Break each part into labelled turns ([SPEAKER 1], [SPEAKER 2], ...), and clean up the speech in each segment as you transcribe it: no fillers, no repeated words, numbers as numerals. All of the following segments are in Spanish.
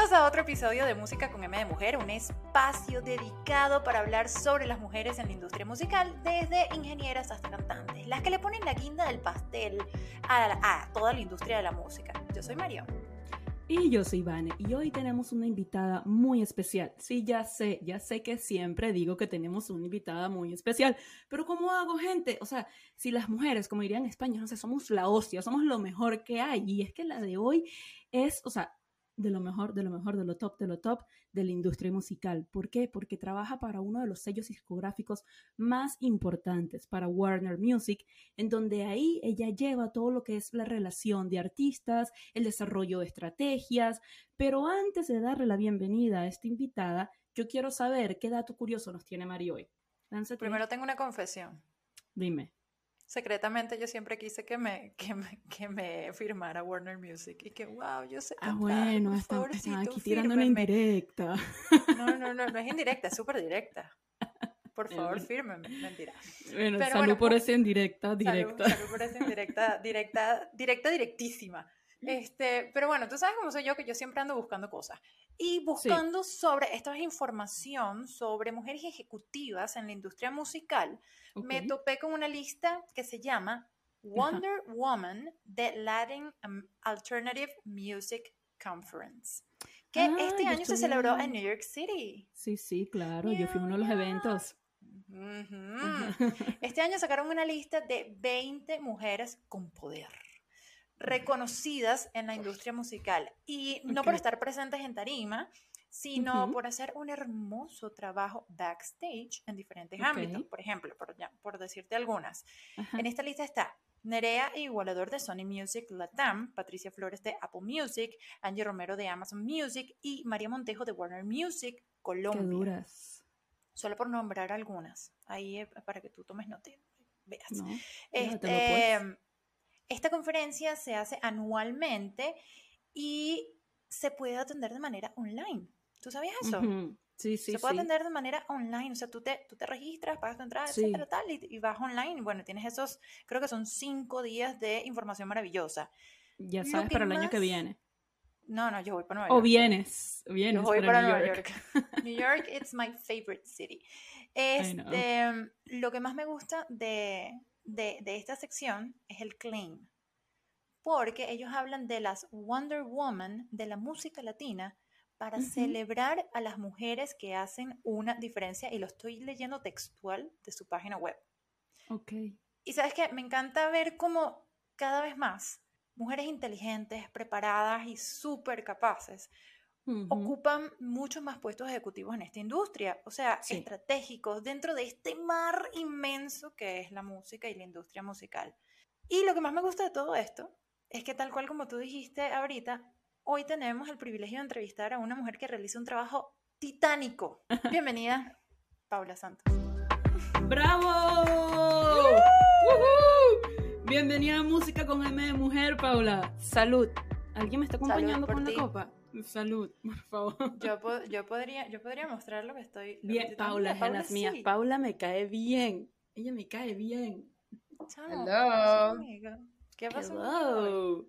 [SPEAKER 1] Bienvenidos a otro episodio de Música con M de Mujer, un espacio dedicado para hablar sobre las mujeres en la industria musical, desde ingenieras hasta cantantes, las que le ponen la guinda del pastel a toda la industria de la música. Yo soy Marión.
[SPEAKER 2] Y yo soy Vane, y hoy tenemos una invitada muy especial. Sí, ya sé que siempre digo que tenemos una invitada muy especial, pero ¿cómo hago, gente? O sea, si las mujeres, como dirían en España, no sé, somos la hostia, somos lo mejor que hay, y es que la de hoy es, o sea, de lo mejor, de lo mejor, de lo top de la industria musical. ¿Por qué? Porque trabaja para uno de los sellos discográficos más importantes, para Warner Music, en donde ahí ella lleva todo lo que es la relación de artistas, el desarrollo de estrategias, pero antes de darle la bienvenida a esta invitada, yo quiero saber qué dato curioso nos tiene Mari hoy. Lánzate.
[SPEAKER 1] Primero tengo una confesión.
[SPEAKER 2] Dime.
[SPEAKER 1] Secretamente yo siempre quise que me firmara Warner Music y que wow, yo sé cantar,
[SPEAKER 2] Bueno,
[SPEAKER 1] por
[SPEAKER 2] están
[SPEAKER 1] favorcito,
[SPEAKER 2] aquí tirando
[SPEAKER 1] fírmenme.
[SPEAKER 2] una indirecta.
[SPEAKER 1] No es indirecta, es súper directa. Por favor, fírmenme. Mentira.
[SPEAKER 2] Bueno,
[SPEAKER 1] Pero
[SPEAKER 2] salud
[SPEAKER 1] bueno,
[SPEAKER 2] por esa indirecta,
[SPEAKER 1] salud por esa directísima. Pero bueno, tú sabes cómo soy yo, que yo siempre ando buscando cosas. Y buscando esta es información sobre mujeres ejecutivas en la industria musical, me topé con una lista que se llama Wonder Woman, The Latin Alternative Music Conference, que este año se celebró en New York City.
[SPEAKER 2] Sí, claro, yo fui a uno de los eventos.
[SPEAKER 1] Este año sacaron una lista de 20 mujeres con poder, reconocidas en la industria musical, y no por estar presentes en tarima, sino por hacer un hermoso trabajo backstage en diferentes ámbitos. Por ejemplo, por decirte algunas, en esta lista está Nerea Igualador de Sony Music Latam, Patricia Flores de Apple Music, Angie Romero de Amazon Music y María Montejo de Warner Music Colombia.
[SPEAKER 2] Qué duras.
[SPEAKER 1] Solo por nombrar algunas, ahí para que tú tomes nota, veas.
[SPEAKER 2] No,
[SPEAKER 1] esta conferencia se hace anualmente y se puede atender de manera online. ¿Tú sabías eso?
[SPEAKER 2] Sí.
[SPEAKER 1] Se puede atender de manera online, o sea, tú te registras, pagas tu entrada, etcétera, tal, y vas online. Y bueno, tienes esos, creo que son 5 días de información maravillosa.
[SPEAKER 2] Ya sabes para el año que viene.
[SPEAKER 1] No, yo voy para Nueva York.
[SPEAKER 2] O vienes
[SPEAKER 1] yo voy para Nueva York. New York, it's my favorite city. Lo que más me gusta de esta sección es el claim, porque ellos hablan de las Wonder Woman de la música latina para celebrar a las mujeres que hacen una diferencia, y lo estoy leyendo textual de su página web. Y sabes qué, me encanta ver cómo cada vez más mujeres inteligentes, preparadas y súper capaces ocupan muchos más puestos ejecutivos en esta industria, o sea, estratégicos dentro de este mar inmenso que es la música y la industria musical. Y lo que más me gusta de todo esto es que, tal cual como tú dijiste ahorita, hoy tenemos el privilegio de entrevistar a una mujer que realiza un trabajo titánico. Bienvenida, Paula Santos.
[SPEAKER 2] ¡Bravo! Bienvenida a Música con M de Mujer, Paula. Salud. ¿Alguien me está acompañando con la copa? Salud, por favor.
[SPEAKER 1] Yo podría mostrar lo que estoy...
[SPEAKER 2] Bien, Paula es de las mías. Paula me cae bien. Ella me cae bien.
[SPEAKER 1] Chamo,
[SPEAKER 3] hello.
[SPEAKER 1] ¿Qué pasó?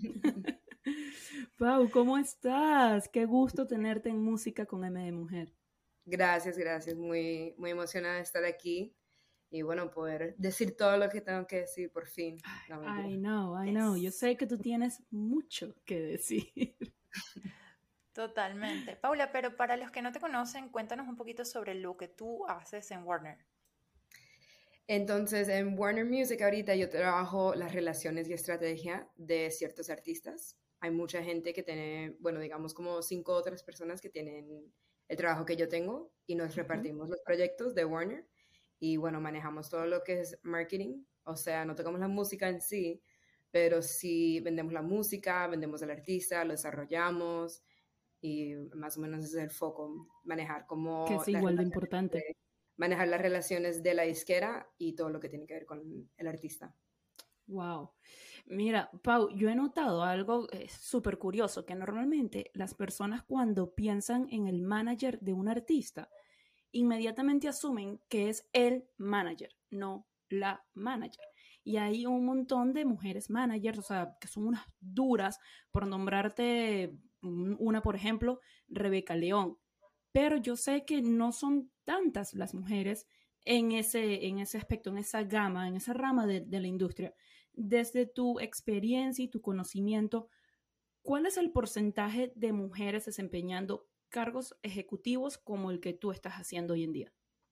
[SPEAKER 2] Pau, ¿cómo estás? Qué gusto tenerte en Música con M de Mujer.
[SPEAKER 3] Gracias. Muy emocionada de estar aquí y bueno, poder decir todo lo que tengo que decir por fin.
[SPEAKER 2] I know. Yo sé que tú tienes mucho que decir.
[SPEAKER 1] Totalmente. Paula, pero para los que no te conocen, cuéntanos un poquito sobre lo que tú haces en Warner.
[SPEAKER 3] Entonces, en Warner Music ahorita yo trabajo las relaciones y estrategia de ciertos artistas. Hay mucha gente que tiene, bueno, digamos como 5 otras personas que tienen el trabajo que yo tengo y nos repartimos los proyectos de Warner y bueno, manejamos todo lo que es marketing, o sea, no tocamos la música en sí, pero sí vendemos la música, vendemos al artista, lo desarrollamos y más o menos ese es el foco, manejar como...
[SPEAKER 2] Que es igual de importante.
[SPEAKER 3] Manejar las relaciones de la disquera y todo lo que tiene que ver con el artista.
[SPEAKER 2] Wow. Mira, Pau, yo he notado algo súper curioso, que normalmente las personas cuando piensan en el manager de un artista, inmediatamente asumen que es el manager, no la manager. Y hay un montón de mujeres managers, o sea, que son unas duras, por nombrarte Una, por ejemplo, Rebeca León. Pero yo sé que no son tantas las mujeres en ese aspecto, en esa gama, en esa rama de la industria. Desde tu experiencia y tu conocimiento, ¿cuál es el porcentaje de mujeres desempeñando cargos ejecutivos como el que tú estás haciendo hoy en día?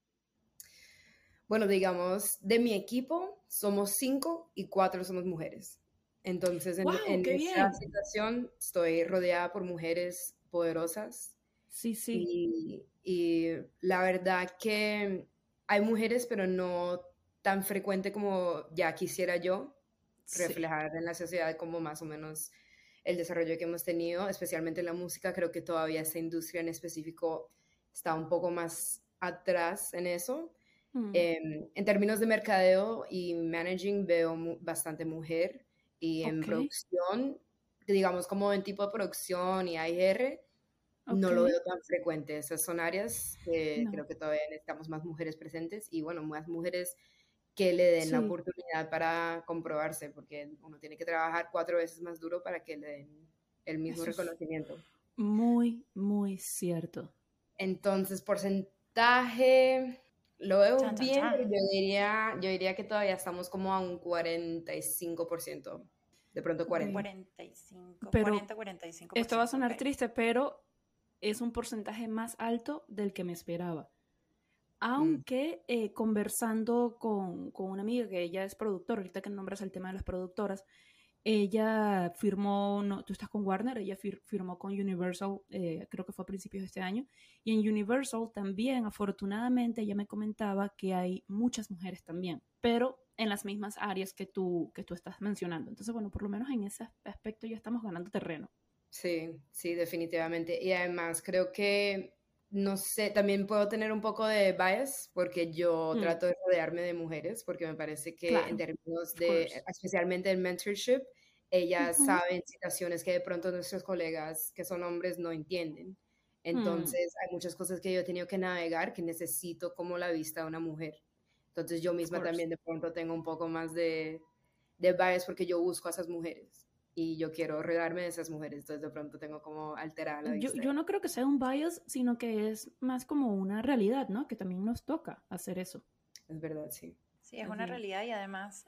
[SPEAKER 3] Bueno, digamos, de mi equipo somos 5 y 4 somos mujeres. Entonces,
[SPEAKER 2] ¡Wow!
[SPEAKER 3] en
[SPEAKER 2] ¡Qué
[SPEAKER 3] esta
[SPEAKER 2] bien!
[SPEAKER 3] situación estoy rodeada por mujeres poderosas
[SPEAKER 2] Sí, sí.
[SPEAKER 3] y la verdad que hay mujeres, pero no tan frecuente como ya quisiera yo
[SPEAKER 2] Sí.
[SPEAKER 3] reflejar en la sociedad como más o menos el desarrollo que hemos tenido, especialmente en la música. Creo que todavía esta industria en específico está un poco más atrás en eso.
[SPEAKER 2] Mm,
[SPEAKER 3] En términos de mercadeo y managing veo bastante mujer y en
[SPEAKER 2] ok,
[SPEAKER 3] producción, digamos como en tipo de producción y AIR,
[SPEAKER 2] ok.
[SPEAKER 3] no lo veo tan frecuente. Esas son áreas que
[SPEAKER 2] No.
[SPEAKER 3] creo que todavía necesitamos más mujeres presentes y bueno, más mujeres que le den la
[SPEAKER 2] Sí,
[SPEAKER 3] oportunidad para comprobarse, porque uno tiene que trabajar 4 veces más duro para que le den el mismo
[SPEAKER 2] eso es
[SPEAKER 3] reconocimiento.
[SPEAKER 2] muy, muy cierto.
[SPEAKER 3] Entonces, porcentaje, lo veo
[SPEAKER 1] Chan, chan,
[SPEAKER 3] bien, pero
[SPEAKER 1] chan.
[SPEAKER 3] yo diría que todavía estamos como a un 45%, de pronto
[SPEAKER 2] Ok.
[SPEAKER 3] 40.
[SPEAKER 1] 45,
[SPEAKER 2] Pero
[SPEAKER 1] 40, cuarenta y cinco por
[SPEAKER 2] esto va a
[SPEAKER 1] ciento, ok.
[SPEAKER 2] sonar triste, pero es un porcentaje más alto del que me esperaba.
[SPEAKER 3] Mm,
[SPEAKER 2] Aunque conversando con una amiga que ella es productora, ahorita que nombras el tema de las productoras, ella firmó, no, tú estás con Warner, ella firmó con Universal, creo que fue a principios de este año, y en Universal también, afortunadamente, ella me comentaba que hay muchas mujeres también, pero en las mismas áreas que tú estás mencionando. Entonces, bueno, por lo menos en ese aspecto ya estamos ganando terreno.
[SPEAKER 3] sí, sí, definitivamente. Y además creo que, no sé, también puedo tener un poco de bias porque yo
[SPEAKER 2] Mm,
[SPEAKER 3] trato de rodearme de mujeres porque me parece que en
[SPEAKER 2] claro,
[SPEAKER 3] términos
[SPEAKER 2] of
[SPEAKER 3] de,
[SPEAKER 2] course.
[SPEAKER 3] especialmente en mentorship, ellas
[SPEAKER 2] Ujú.
[SPEAKER 3] saben situaciones que de pronto nuestros colegas que son hombres no entienden.
[SPEAKER 2] Mm,
[SPEAKER 3] Entonces hay muchas cosas que yo he tenido que navegar que necesito como la vista de una mujer. Entonces yo
[SPEAKER 2] of
[SPEAKER 3] misma
[SPEAKER 2] course.
[SPEAKER 3] también de pronto tengo un poco más de bias porque yo busco a esas mujeres y yo quiero rodearme de esas mujeres, entonces de pronto tengo como alterada la vista.
[SPEAKER 2] Yo no creo que sea un bias, sino que es más como una realidad, ¿no? Que también nos toca hacer eso.
[SPEAKER 3] Es verdad, sí.
[SPEAKER 1] Sí, es una
[SPEAKER 2] Ujú.
[SPEAKER 1] realidad y además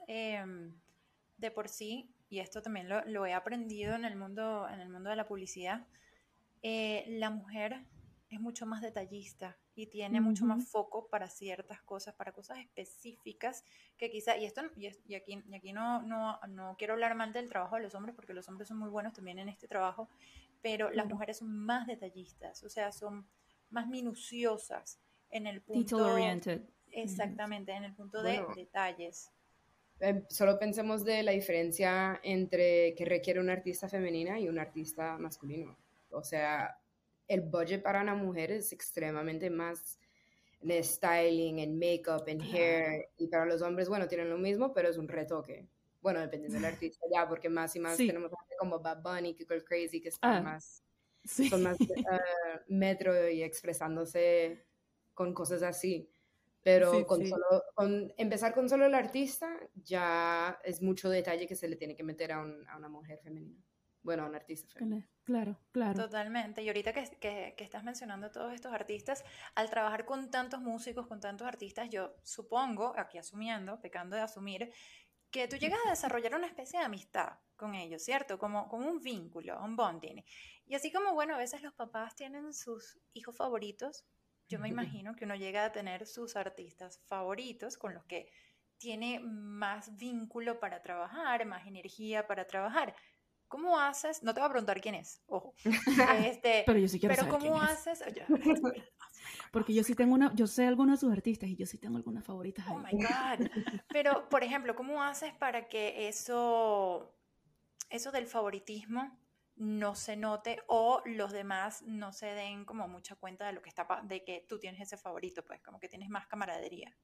[SPEAKER 1] de por sí, y esto también lo he aprendido en el mundo de la publicidad, la mujer es mucho más detallista y tiene mucho más
[SPEAKER 2] Ujú.
[SPEAKER 1] foco para ciertas cosas, para cosas específicas que quizá, y esto y aquí no quiero hablar mal del trabajo de los hombres, porque los hombres son muy buenos también en este trabajo, pero las
[SPEAKER 2] Claro.
[SPEAKER 1] mujeres son más detallistas, o sea, son más minuciosas en el
[SPEAKER 2] Detail
[SPEAKER 1] punto,
[SPEAKER 2] oriented. Ujú.
[SPEAKER 1] exactamente, en el punto de
[SPEAKER 3] Bueno,
[SPEAKER 1] detalles.
[SPEAKER 3] solo pensemos de la diferencia entre que requiere una artista femenina y un artista masculino. O sea, el budget para una mujer es extremadamente más en styling, en makeup, en
[SPEAKER 2] Claro.
[SPEAKER 3] hair, y para los hombres, bueno, tienen lo mismo, pero es un retoque. Bueno, dependiendo del artista ya, porque más y más
[SPEAKER 2] Sí.
[SPEAKER 3] tenemos gente como Bad Bunny, Kiko el Crazy, que están
[SPEAKER 2] Ah,
[SPEAKER 3] más
[SPEAKER 2] sí.
[SPEAKER 3] son más metro y expresándose con cosas así. Pero
[SPEAKER 2] Sí, sí.
[SPEAKER 3] con empezar con solo el artista, ya es mucho detalle que se le tiene que meter a una mujer femenina. Bueno, a un artista femenino.
[SPEAKER 2] Claro, claro.
[SPEAKER 1] Totalmente. Y ahorita que estás mencionando todos estos artistas, al trabajar con tantos músicos, con tantos artistas, yo supongo, aquí asumiendo, pecando de asumir, que tú llegas a desarrollar una especie de amistad con ellos, ¿cierto? Como un vínculo, un bonding. Y así como, bueno, a veces los papás tienen sus hijos favoritos, yo me imagino que uno llega a tener sus artistas favoritos con los que tiene más vínculo para trabajar, más energía para trabajar. ¿Cómo haces? No te voy a preguntar quién es, ojo.
[SPEAKER 2] Pero yo sí quiero
[SPEAKER 1] Pero
[SPEAKER 2] saber quién
[SPEAKER 1] ¿cómo
[SPEAKER 2] es.
[SPEAKER 1] haces?
[SPEAKER 2] Porque yo sí tengo yo sé algunos de sus artistas y yo sí tengo algunas favoritas
[SPEAKER 1] Oh
[SPEAKER 2] ahí.
[SPEAKER 1] my God. Pero, por ejemplo, ¿cómo haces para que eso del favoritismo no se note o los demás no se den como mucha cuenta de lo que de que tú tienes ese favorito, pues como que tienes más camaradería?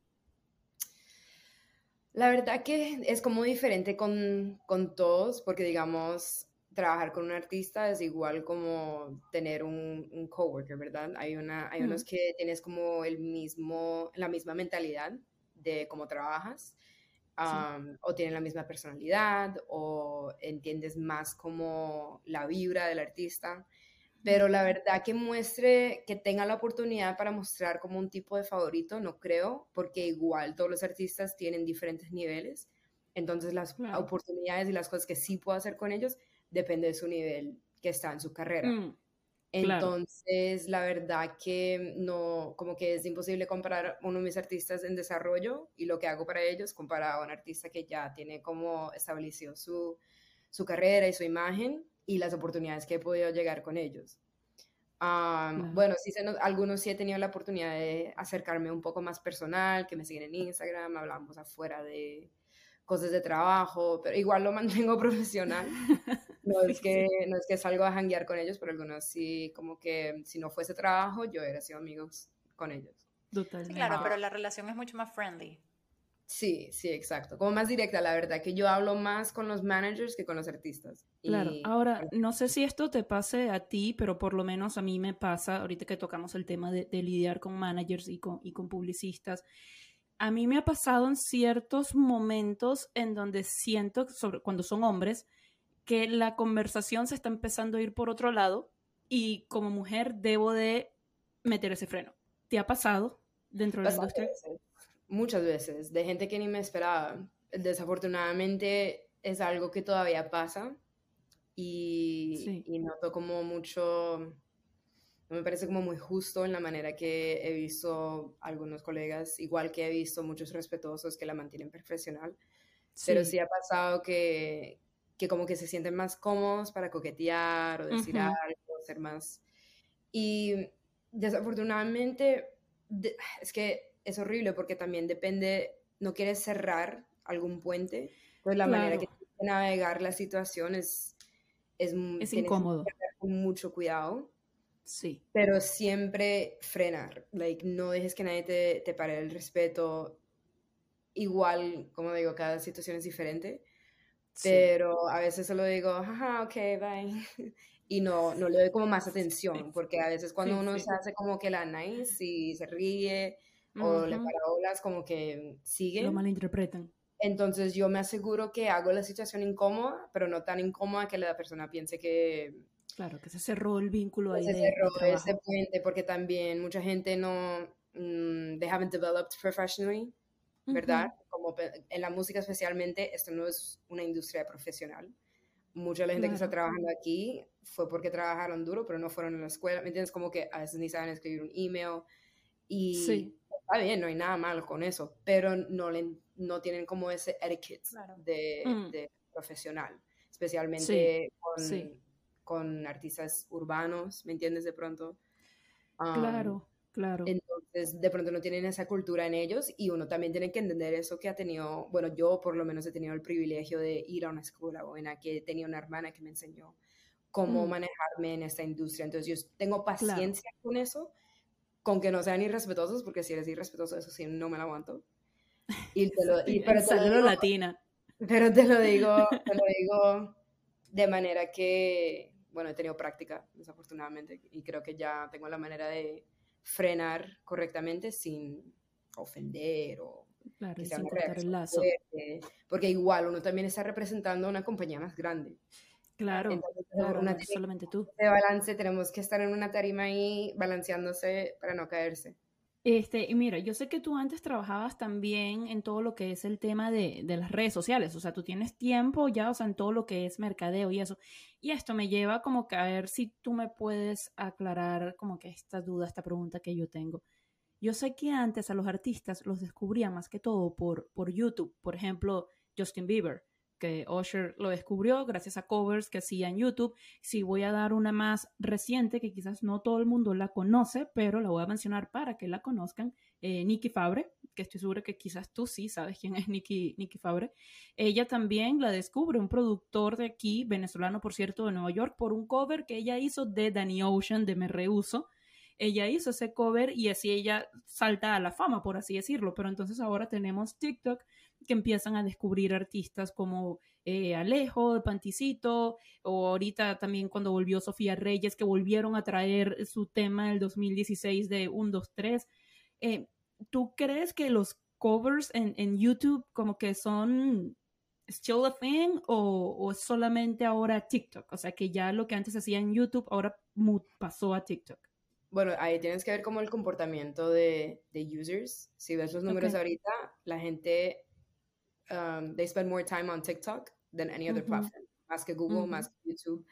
[SPEAKER 3] La verdad que es como diferente con todos, porque digamos, trabajar con un artista es igual como tener un coworker, ¿verdad? Hay
[SPEAKER 2] Mm,
[SPEAKER 3] unos que tienes como la misma mentalidad de cómo trabajas,
[SPEAKER 2] sí.
[SPEAKER 3] o tienen la misma personalidad, o entiendes más como la vibra del artista. Pero la verdad que muestre, que tenga la oportunidad para mostrar como un tipo de favorito, no creo, porque igual todos los artistas tienen diferentes niveles. Entonces las
[SPEAKER 2] Claro.
[SPEAKER 3] oportunidades y las cosas que sí puedo hacer con ellos depende de su nivel que está en su carrera.
[SPEAKER 2] Claro.
[SPEAKER 3] Entonces, la verdad que no, como que es imposible comparar uno de mis artistas en desarrollo y lo que hago para ellos comparado a un artista que ya tiene como establecido su carrera y su imagen y las oportunidades que he podido llegar con ellos.
[SPEAKER 2] Claro.
[SPEAKER 3] Bueno, sí, algunos sí he tenido la oportunidad de acercarme un poco más personal, que me siguen en Instagram, hablamos afuera de cosas de trabajo, pero igual lo mantengo profesional. No
[SPEAKER 2] Sí,
[SPEAKER 3] es que,
[SPEAKER 2] sí.
[SPEAKER 3] no es que salgo a janguear con ellos, pero algunos sí, como que si no fuese trabajo, yo hubiera sido amigos con ellos.
[SPEAKER 1] Sí, claro,
[SPEAKER 2] Totalmente.
[SPEAKER 1] pero la relación es mucho más friendly.
[SPEAKER 3] Sí, sí, exacto. Como más directa, la verdad, que yo hablo más con los managers que con los artistas.
[SPEAKER 2] Claro,
[SPEAKER 3] Y
[SPEAKER 2] ahora no sé si esto te pase a ti, pero por lo menos a mí me pasa, ahorita que tocamos el tema de lidiar con managers y con publicistas, a mí me ha pasado en ciertos momentos en donde siento, sobre, cuando son hombres, que la conversación se está empezando a ir por otro lado y como mujer debo de meter ese freno. ¿Te ha pasado dentro de la
[SPEAKER 3] bastante
[SPEAKER 2] industria?
[SPEAKER 3] veces, muchas veces, de gente que ni me esperaba. Desafortunadamente es algo que todavía pasa
[SPEAKER 2] Sí,
[SPEAKER 3] y noto como mucho, no me parece como muy justo en la manera que he visto algunos colegas, igual que he visto muchos respetuosos que la mantienen profesional, pero
[SPEAKER 2] sí.
[SPEAKER 3] sí ha pasado que como que se sienten más cómodos para coquetear o decir
[SPEAKER 2] Ujú.
[SPEAKER 3] algo, ser más... Y desafortunadamente es que es horrible porque también depende, no quieres cerrar algún puente, entonces la manera que
[SPEAKER 2] Claro,
[SPEAKER 3] tienes que navegar la situación
[SPEAKER 2] es
[SPEAKER 3] tienes que
[SPEAKER 2] incómodo.
[SPEAKER 3] navegar con mucho cuidado,
[SPEAKER 2] Sí,
[SPEAKER 3] pero siempre frenar, like, no dejes que nadie te pare el respeto, igual, como digo, cada situación es diferente,
[SPEAKER 2] sí.
[SPEAKER 3] pero a veces solo digo, ajá, ok, bye, y no le doy como más
[SPEAKER 2] Sí,
[SPEAKER 3] atención, porque a veces cuando
[SPEAKER 2] sí,
[SPEAKER 3] uno
[SPEAKER 2] sí.
[SPEAKER 3] se hace como que la nice y se ríe o le
[SPEAKER 2] Ujú.
[SPEAKER 3] para bolas, como que
[SPEAKER 2] Lo
[SPEAKER 3] siguen.
[SPEAKER 2] malinterpretan.
[SPEAKER 3] Entonces yo me aseguro que hago la situación incómoda, pero no tan incómoda que la persona piense que
[SPEAKER 2] Claro, que se cerró el vínculo ahí
[SPEAKER 3] se cerró
[SPEAKER 2] de
[SPEAKER 3] ese
[SPEAKER 2] trabajo.
[SPEAKER 3] puente, porque también mucha gente no, they haven't developed professionally, ¿verdad?
[SPEAKER 2] Ujú.
[SPEAKER 3] Como en la música especialmente, esto no es una industria profesional. Mucha de la gente que está
[SPEAKER 2] Claro,
[SPEAKER 3] trabajando aquí fue porque trabajaron duro, pero no fueron a la escuela, ¿me entiendes? Como que a veces ni saben escribir un email y
[SPEAKER 2] sí,
[SPEAKER 3] está bien, no hay nada malo con eso, pero no tienen como ese etiquette
[SPEAKER 1] Claro.
[SPEAKER 2] mm,
[SPEAKER 3] de profesional,
[SPEAKER 2] sí,
[SPEAKER 3] especialmente
[SPEAKER 2] sí,
[SPEAKER 3] con artistas urbanos, ¿me entiendes? De pronto. Um,
[SPEAKER 2] claro, claro.
[SPEAKER 3] entonces, de pronto no tienen esa cultura en ellos y uno también tiene que entender eso que ha tenido, bueno, yo por lo menos he tenido el privilegio de ir a una escuela buena, que tenía una hermana que me enseñó cómo
[SPEAKER 2] Mm,
[SPEAKER 3] manejarme en esta industria. Entonces, yo tengo
[SPEAKER 2] claro.
[SPEAKER 3] paciencia con eso, con que no sean irrespetuosos, porque si eres irrespetuoso, eso sí, no me lo aguanto.
[SPEAKER 2] Sí,
[SPEAKER 3] Pero te lo
[SPEAKER 2] sale lo
[SPEAKER 3] digo,
[SPEAKER 2] latina.
[SPEAKER 3] te lo digo de manera que, bueno, he tenido práctica, desafortunadamente, y creo que ya tengo la manera de frenar correctamente sin ofender o
[SPEAKER 2] Claro,
[SPEAKER 3] que
[SPEAKER 2] y
[SPEAKER 3] sea
[SPEAKER 2] sin
[SPEAKER 3] una
[SPEAKER 2] cortar el
[SPEAKER 3] reacción
[SPEAKER 2] lazo.
[SPEAKER 3] fuerte, porque igual uno también está representando a una compañía más grande.
[SPEAKER 1] Claro.
[SPEAKER 2] Claro,
[SPEAKER 3] Entonces,
[SPEAKER 2] claro,
[SPEAKER 3] una
[SPEAKER 2] no eres
[SPEAKER 3] tiene
[SPEAKER 2] solamente tú.
[SPEAKER 3] que balance, tenemos que estar en una tarima ahí balanceándose para no caerse.
[SPEAKER 2] Y mira, yo sé que tú antes trabajabas también en todo lo que es el tema de las redes sociales, o sea, tú tienes tiempo ya, o sea, en todo lo que es mercadeo y eso. Y esto me lleva como que a ver si tú me puedes aclarar como que esta duda, esta pregunta que yo tengo. Yo sé que antes a los artistas los descubría más que todo por YouTube. Por ejemplo, Justin Bieber, que Usher lo descubrió gracias a covers que hacía en YouTube. Si voy a dar una más reciente, que quizás no todo el mundo la conoce, pero la voy a mencionar para que la conozcan, Nicki Fabre, que estoy segura que quizás tú sí sabes quién es Nicki Fabre. Ella también la descubre, un productor de aquí, venezolano por cierto, de Nueva York, por un cover que ella hizo de Danny Ocean, de Me Rehuso. Ella hizo ese cover y así ella salta a la fama, por así decirlo. Pero entonces ahora tenemos TikTok que empiezan a descubrir artistas como Alejo, de Panticito, o ahorita también cuando volvió Sofía Reyes, que volvieron a traer su tema del 2016 de 1, 2, 3. ¿Tú crees que los covers en YouTube como que son still a thing o es solamente ahora TikTok? O sea, que ya lo que antes hacía en YouTube ahora pasó a TikTok.
[SPEAKER 3] Bueno, ahí tienes que ver como el comportamiento de users. Si ves los números ahorita, la gente, they spend more time on TikTok than any other platform. Más que Google, más que YouTube.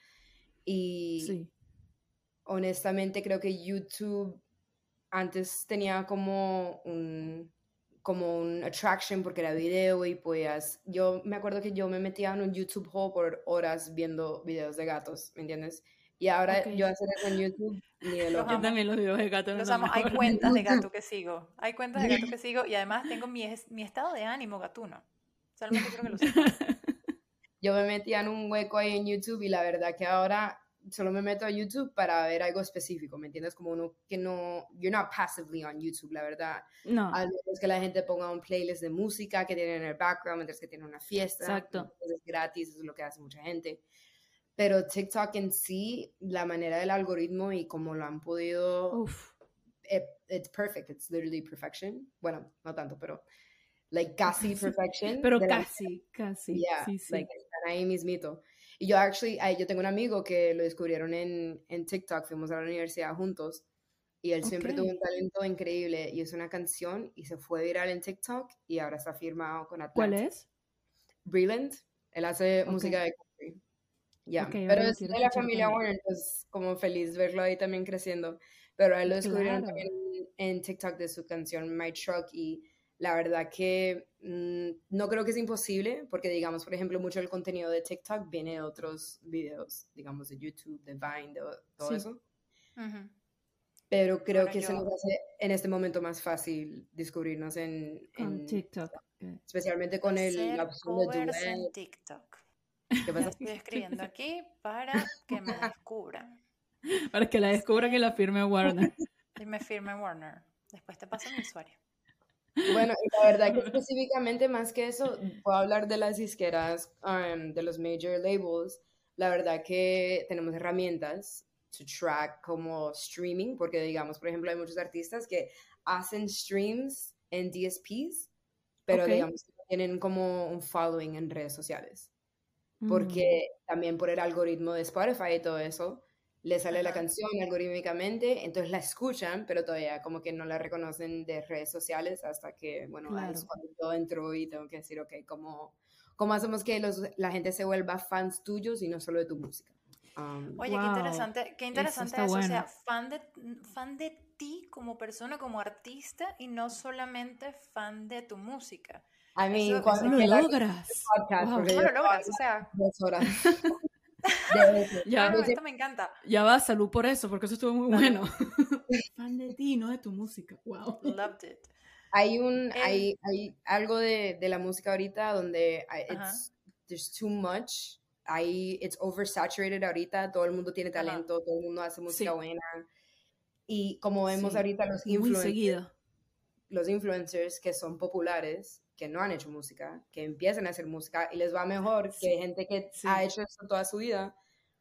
[SPEAKER 3] Y honestamente creo que YouTube antes tenía como un attraction porque era video y pues yo me acuerdo que yo me metía en un YouTube hole por horas viendo videos de gatos, ¿me entiendes? Y ahora yo hacer eso en YouTube ni de loco.
[SPEAKER 2] Yo también los videos de gatos
[SPEAKER 1] los amo. Hay cuentas de gato que sigo. Hay cuentas de gato que sigo y además tengo mi estado de ánimo gatuno. Solamente quiero que lo sepas.
[SPEAKER 3] Yo me metía en un hueco ahí en YouTube y la verdad que ahora solo me meto a YouTube para ver algo específico, ¿me entiendes? Como uno que no, you're not passively on YouTube, la verdad.
[SPEAKER 2] No.
[SPEAKER 3] A menos que la gente ponga un playlist de música que tienen en el background mientras que tienen una fiesta.
[SPEAKER 2] Exacto.
[SPEAKER 3] Es gratis, eso es lo que hace mucha gente. Pero TikTok en sí, la manera del algoritmo y cómo lo han podido... it's perfect, it's literally perfection. Bueno, no tanto, pero like casi perfection.
[SPEAKER 2] Pero casi.
[SPEAKER 3] Yeah,
[SPEAKER 2] sí.
[SPEAKER 3] like están ahí mismito. Y yo yo tengo un amigo que lo descubrieron en TikTok, fuimos a la universidad juntos y él siempre tuvo un talento increíble y es una canción y se fue viral en TikTok y ahora está firmado con Atlantic.
[SPEAKER 2] ¿Cuál es?
[SPEAKER 3] Breland, él hace música de country. Ya,
[SPEAKER 2] Okay,
[SPEAKER 3] pero es de la familia Warner, entonces como feliz verlo ahí también creciendo. Pero a él lo descubrieron también en TikTok de su canción My Truck y la verdad que no creo que es imposible, porque digamos, por ejemplo, mucho del contenido de TikTok viene de otros videos, digamos, de YouTube, de Vine, de todo eso. Pero creo que se nos hace en este momento más fácil descubrirnos en
[SPEAKER 2] TikTok.
[SPEAKER 3] Especialmente con la opción de duet.
[SPEAKER 1] En TikTok.
[SPEAKER 3] ¿Qué pasa?
[SPEAKER 1] Estoy escribiendo aquí para que me descubran.
[SPEAKER 2] Para que la descubran y la firme Warner.
[SPEAKER 1] Y me firme Warner. Después te paso mi usuario.
[SPEAKER 3] Bueno, y la verdad que específicamente más que eso, puedo hablar de las disqueras, de los major labels. La verdad que tenemos herramientas to track como streaming, porque digamos, por ejemplo, hay muchos artistas que hacen streams en DSPs, pero digamos que tienen como un following en redes sociales. Porque también por el algoritmo de Spotify y todo eso, le sale la canción algorítmicamente, entonces la escuchan, pero todavía como que no la reconocen de redes sociales hasta que, bueno, ahí es cuando yo entro y tengo que decir, ok, ¿cómo hacemos que la gente se vuelva fans tuyos y no solo de tu música?
[SPEAKER 1] Oye, qué interesante eso,
[SPEAKER 2] bueno.
[SPEAKER 1] O sea, fan de ti como persona, como artista y no solamente fan de tu música.
[SPEAKER 3] I mean,
[SPEAKER 2] ¿Cómo lo logras?
[SPEAKER 1] ¿Cómo lo logras? O sea,
[SPEAKER 3] 2 horas.
[SPEAKER 1] Esto me encanta.
[SPEAKER 2] Ya va, salud por eso, porque eso estuvo muy bueno. Fan de ti, no de tu música. Wow.
[SPEAKER 1] Loved it.
[SPEAKER 3] Hay algo de la música ahorita donde there's too much. It's oversaturated ahorita. Todo el mundo tiene talento, todo el mundo hace música buena. Y como vemos ahorita los influencers que son populares, que no han hecho música, que empiezan a hacer música y les va mejor que gente que ha hecho eso toda su vida.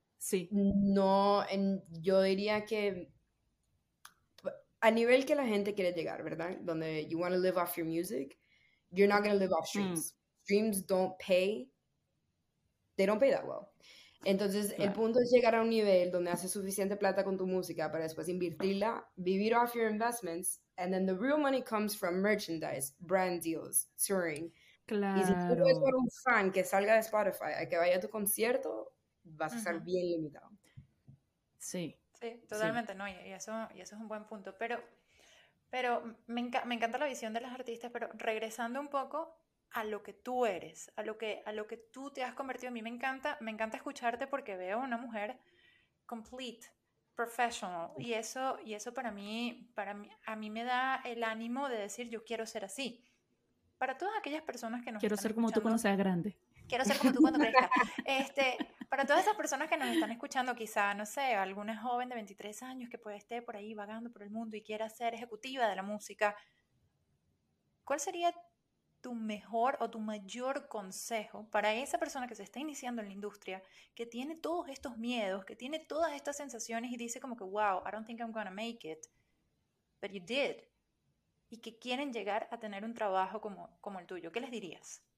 [SPEAKER 3] Yo diría que a nivel que la gente quiere llegar, ¿verdad? Donde you want to live off your music, you're not going to live off streams. Streams don't pay. They don't pay that well. Entonces, el punto es llegar a un nivel donde haces suficiente plata con tu música para después invertirla, vivir off your investments, and then the real money comes from merchandise, brand deals, touring.
[SPEAKER 2] Claro.
[SPEAKER 3] Y si tú puedes ser un fan que salga de Spotify a que vaya a tu concierto, vas a estar bien limitado.
[SPEAKER 1] Sí, totalmente, ¿no? Y eso es un buen punto. Pero me encanta la visión de los artistas, pero regresando un poco a lo que tú eres, a lo que tú te has convertido. A mí me encanta escucharte porque veo una mujer complete, professional, y eso para mí, a mí me da el ánimo de decir, yo quiero ser así. Para todas aquellas personas que nos
[SPEAKER 2] quiero
[SPEAKER 1] están
[SPEAKER 2] ser como tú cuando sea grande.
[SPEAKER 1] Quiero ser como tú cuando crezca. Para todas esas personas que nos están escuchando, quizá, no sé, alguna joven de 23 años que puede estar por ahí vagando por el mundo y quiera ser ejecutiva de la música, ¿cuál sería tu mejor o tu mayor consejo para esa persona que se está iniciando en la industria, que tiene todos estos miedos, que tiene todas estas sensaciones y dice como que, wow, I don't think I'm gonna make it, but you did, y que quieren llegar a tener un trabajo como el tuyo? ¿Qué les dirías?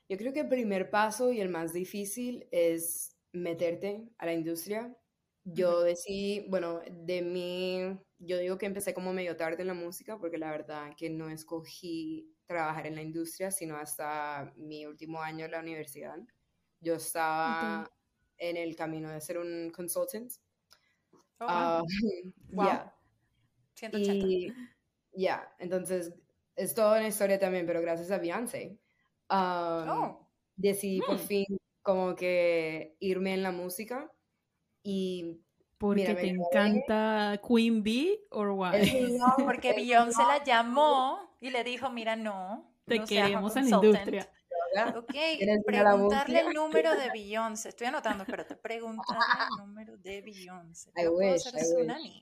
[SPEAKER 3] Yo creo que el primer paso y el más difícil es meterte a la industria. Yo decidí, bueno, yo digo que empecé como medio tarde en la música porque la verdad que no escogí trabajar en la industria, sino hasta mi último año en la universidad. Yo estaba en el camino de ser un consultant.
[SPEAKER 1] Oh, wow.
[SPEAKER 3] Yeah.
[SPEAKER 1] 180.
[SPEAKER 3] Y entonces es toda una historia también, pero gracias a Beyoncé decidí por fin como que irme en la música y
[SPEAKER 2] ¿Porque
[SPEAKER 3] mira,
[SPEAKER 2] te encanta Queen Bee or why?
[SPEAKER 1] Porque Beyoncé la llamó y le dijo, mira, no
[SPEAKER 2] Te
[SPEAKER 1] seas
[SPEAKER 2] queremos en la
[SPEAKER 1] consultant.
[SPEAKER 2] industria.
[SPEAKER 1] Ok,
[SPEAKER 3] ¿Quieres ir a la
[SPEAKER 1] preguntarle
[SPEAKER 3] música?
[SPEAKER 1] el número de Beyoncé. Estoy anotando, espérate. Preguntarle el número de Beyoncé.
[SPEAKER 3] I
[SPEAKER 1] Yo puedo
[SPEAKER 3] wish,
[SPEAKER 1] ser
[SPEAKER 3] I
[SPEAKER 1] su
[SPEAKER 3] wish.
[SPEAKER 1] nani.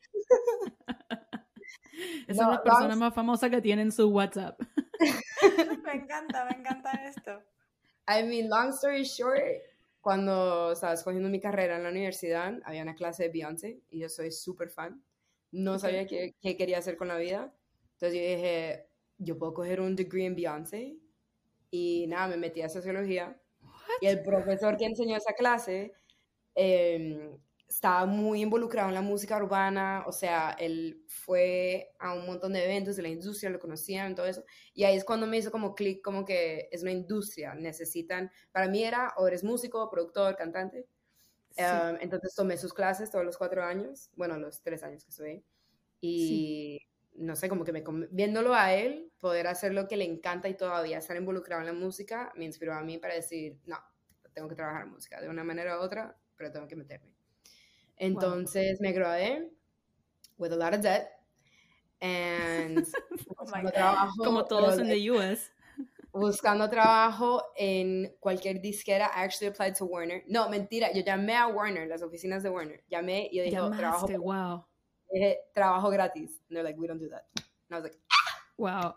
[SPEAKER 2] Esa es la persona más famosa que tiene en su WhatsApp.
[SPEAKER 1] Me encanta esto.
[SPEAKER 3] I mean, long story short, cuando estaba escogiendo mi carrera en la universidad, había una clase de Beyoncé y yo soy súper fan. No sabía qué quería hacer con la vida. Entonces yo dije, yo puedo coger un degree en Beyoncé. Y nada, me metí a sociología. Y el profesor que enseñó esa clase estaba muy involucrado en la música urbana, o sea, él fue a un montón de eventos de la industria, lo conocían, todo eso, y ahí es cuando me hizo como clic, como que es una industria, necesitan, para mí era, o eres músico, productor, cantante, entonces tomé sus clases todos los 4 años, bueno, los 3 años que estuve, y no sé, como que viéndolo a él, poder hacer lo que le encanta y todavía estar involucrado en la música, me inspiró a mí para decir, no, tengo que trabajar en música, de una manera u otra, pero tengo que meterme. Entonces me gradué with a lot of debt and buscando trabajo,
[SPEAKER 2] como todos en the US.
[SPEAKER 3] Buscando trabajo en cualquier disquera. I actually applied to Warner. No, mentira, yo llamé a Warner, las oficinas de Warner. Llamé y yo dije, trabajo gratis. And they're like, we don't do that. And I was like,
[SPEAKER 2] wow.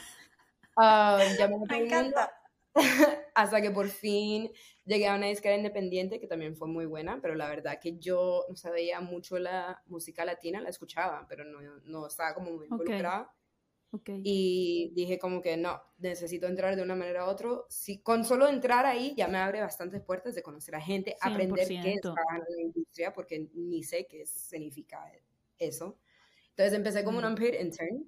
[SPEAKER 3] Me encanta. Hasta que por fin llegué a una disquera independiente que también fue muy buena, pero la verdad que yo no sabía mucho la música latina, la escuchaba, pero no estaba como muy involucrada. Y dije como que no, necesito entrar de una manera u otra. Con solo entrar ahí ya me abre bastantes puertas de conocer a gente, 100%. Aprender qué es trabajar en la industria, porque ni sé qué significa eso. Entonces empecé como un unpaid intern.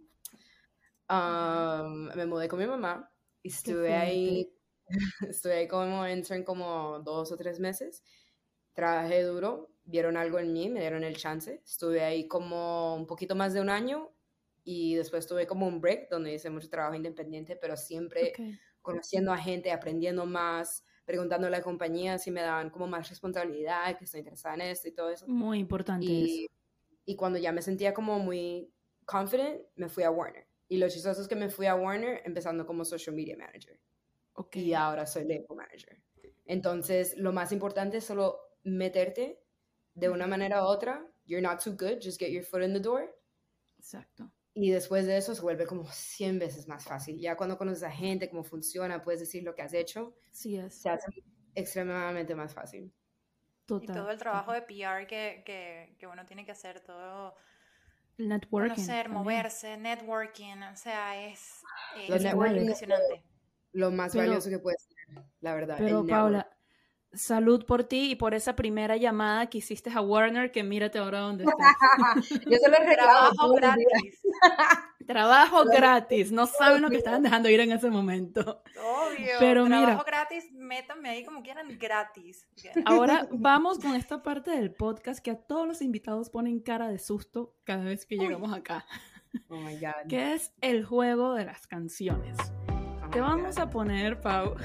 [SPEAKER 3] Me mudé con mi mamá. Estuve ahí como intern como 2 o 3 meses. Trabajé duro, vieron algo en mí, me dieron el chance. Estuve ahí como un poquito más de 1 año y después tuve como un break donde hice mucho trabajo independiente, pero siempre conociendo a gente, aprendiendo más, preguntándole a la compañía si me daban como más responsabilidad, que estoy interesada en esto y todo eso.
[SPEAKER 2] Muy importante eso.
[SPEAKER 3] Y cuando ya me sentía como muy confident, me fui a Warner. Y lo chistoso es que me fui a Warner empezando como social media manager. Y ahora soy label manager. Entonces, lo más importante es solo meterte de una manera u otra. You're not too good, just get your foot in the door.
[SPEAKER 2] Exacto.
[SPEAKER 3] Y después de eso se vuelve como 100 veces más fácil. Ya cuando conoces a gente, cómo funciona, puedes decir lo que has hecho.
[SPEAKER 2] Sí es.
[SPEAKER 3] Se hace extremadamente más fácil.
[SPEAKER 1] Y todo el trabajo de PR que uno tiene que hacer, todo...
[SPEAKER 2] Networking.
[SPEAKER 1] Conocer, moverse, networking, o sea, es
[SPEAKER 3] impresionante. Lo más valioso que puede ser, la verdad.
[SPEAKER 2] Pero Paula, salud por ti y por esa primera llamada que hiciste a Warner, que mírate ahora dónde estás.
[SPEAKER 3] Yo solo
[SPEAKER 1] trabajo gratis.
[SPEAKER 2] Trabajo gratis, no saben lo que estaban dejando ir en ese momento.
[SPEAKER 1] Obvio,
[SPEAKER 2] pero
[SPEAKER 1] trabajo gratis, métanme ahí como quieran, gratis.
[SPEAKER 2] Ahora vamos con esta parte del podcast que a todos los invitados ponen cara de susto cada vez que llegamos acá.
[SPEAKER 3] Oh my God.
[SPEAKER 2] Que es el juego de las canciones. Te vamos a poner, Pau,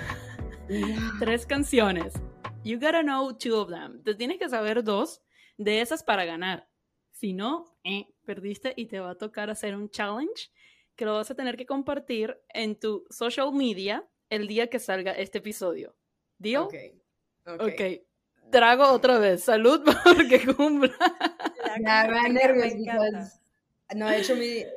[SPEAKER 2] 3 canciones. You gotta know 2 of them. Te tienes que saber 2 de esas para ganar. Si no, perdiste y te va a tocar hacer un challenge que lo vas a tener que compartir en tu social media el día que salga este episodio. ¿Deal? Ok. Trago otra vez. Salud porque cumpla.
[SPEAKER 3] Ya me da nervios porque no he hecho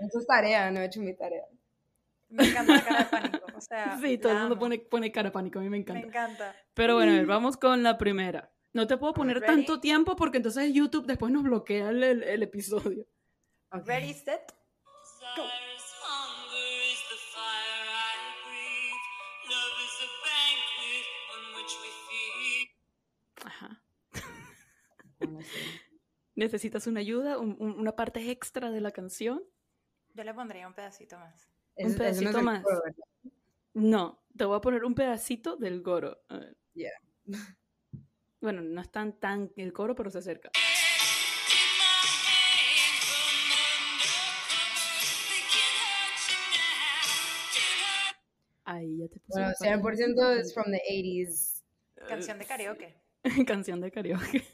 [SPEAKER 3] mi tarea.
[SPEAKER 1] Me encanta la cara de pánico. O sea,
[SPEAKER 2] sí, todo el mundo pone cara de pánico. A mí me encanta.
[SPEAKER 1] Me encanta.
[SPEAKER 2] Pero bueno, a ver, vamos con la primera. No te puedo poner tanto tiempo porque entonces YouTube después nos bloquea el episodio.
[SPEAKER 1] Ready, set, go.
[SPEAKER 3] No sé.
[SPEAKER 2] ¿Necesitas una ayuda? ¿Una parte extra de la canción?
[SPEAKER 1] Yo le pondría un pedacito más.
[SPEAKER 2] Un pedacito
[SPEAKER 3] eso no es
[SPEAKER 2] más.
[SPEAKER 3] el coro, ¿verdad?
[SPEAKER 2] No, te voy a poner un pedacito del coro. A ver.
[SPEAKER 3] Yeah.
[SPEAKER 2] Bueno, no es tan el coro, pero se acerca. Ahí ya te puse
[SPEAKER 3] Bueno,
[SPEAKER 2] la parte más
[SPEAKER 3] 100% es
[SPEAKER 2] importante.
[SPEAKER 3] from the 80s.
[SPEAKER 1] Canción de karaoke.
[SPEAKER 2] Canción de karaoke.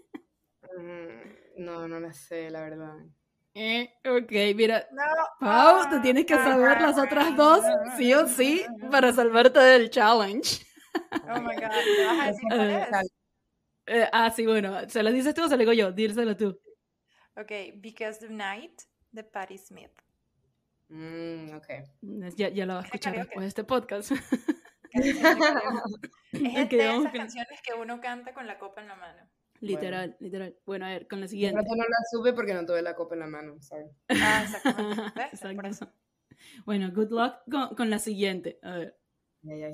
[SPEAKER 3] No la sé, la verdad.
[SPEAKER 2] Ok, mira.
[SPEAKER 1] No.
[SPEAKER 2] Pau, te tienes que saber las otras dos, sí o sí, para salvarte del challenge.
[SPEAKER 1] Oh my God. ¿Me vas a decir cuál es?
[SPEAKER 2] Sí, bueno. ¿Se lo dices tú o se lo digo yo? Díselo tú.
[SPEAKER 1] Ok, Because the Night de Patti Smith.
[SPEAKER 3] Ok.
[SPEAKER 2] Ya la va a escuchar
[SPEAKER 1] karaoke.
[SPEAKER 2] después de este podcast.
[SPEAKER 1] Canción de karaoke. Es
[SPEAKER 2] Ok,
[SPEAKER 1] de
[SPEAKER 2] vamos
[SPEAKER 1] esas
[SPEAKER 2] con-
[SPEAKER 1] canciones que uno canta con la copa en la mano.
[SPEAKER 2] Literal. Bueno, a ver, con la
[SPEAKER 3] Yo
[SPEAKER 2] siguiente.
[SPEAKER 3] rato no la supe porque no tuve la copa en la mano, sorry.
[SPEAKER 1] Ah, exactamente. ¿Ves? Es por
[SPEAKER 2] Exacto.
[SPEAKER 1] eso.
[SPEAKER 2] Bueno, good luck con la siguiente. A ver.
[SPEAKER 3] Ay.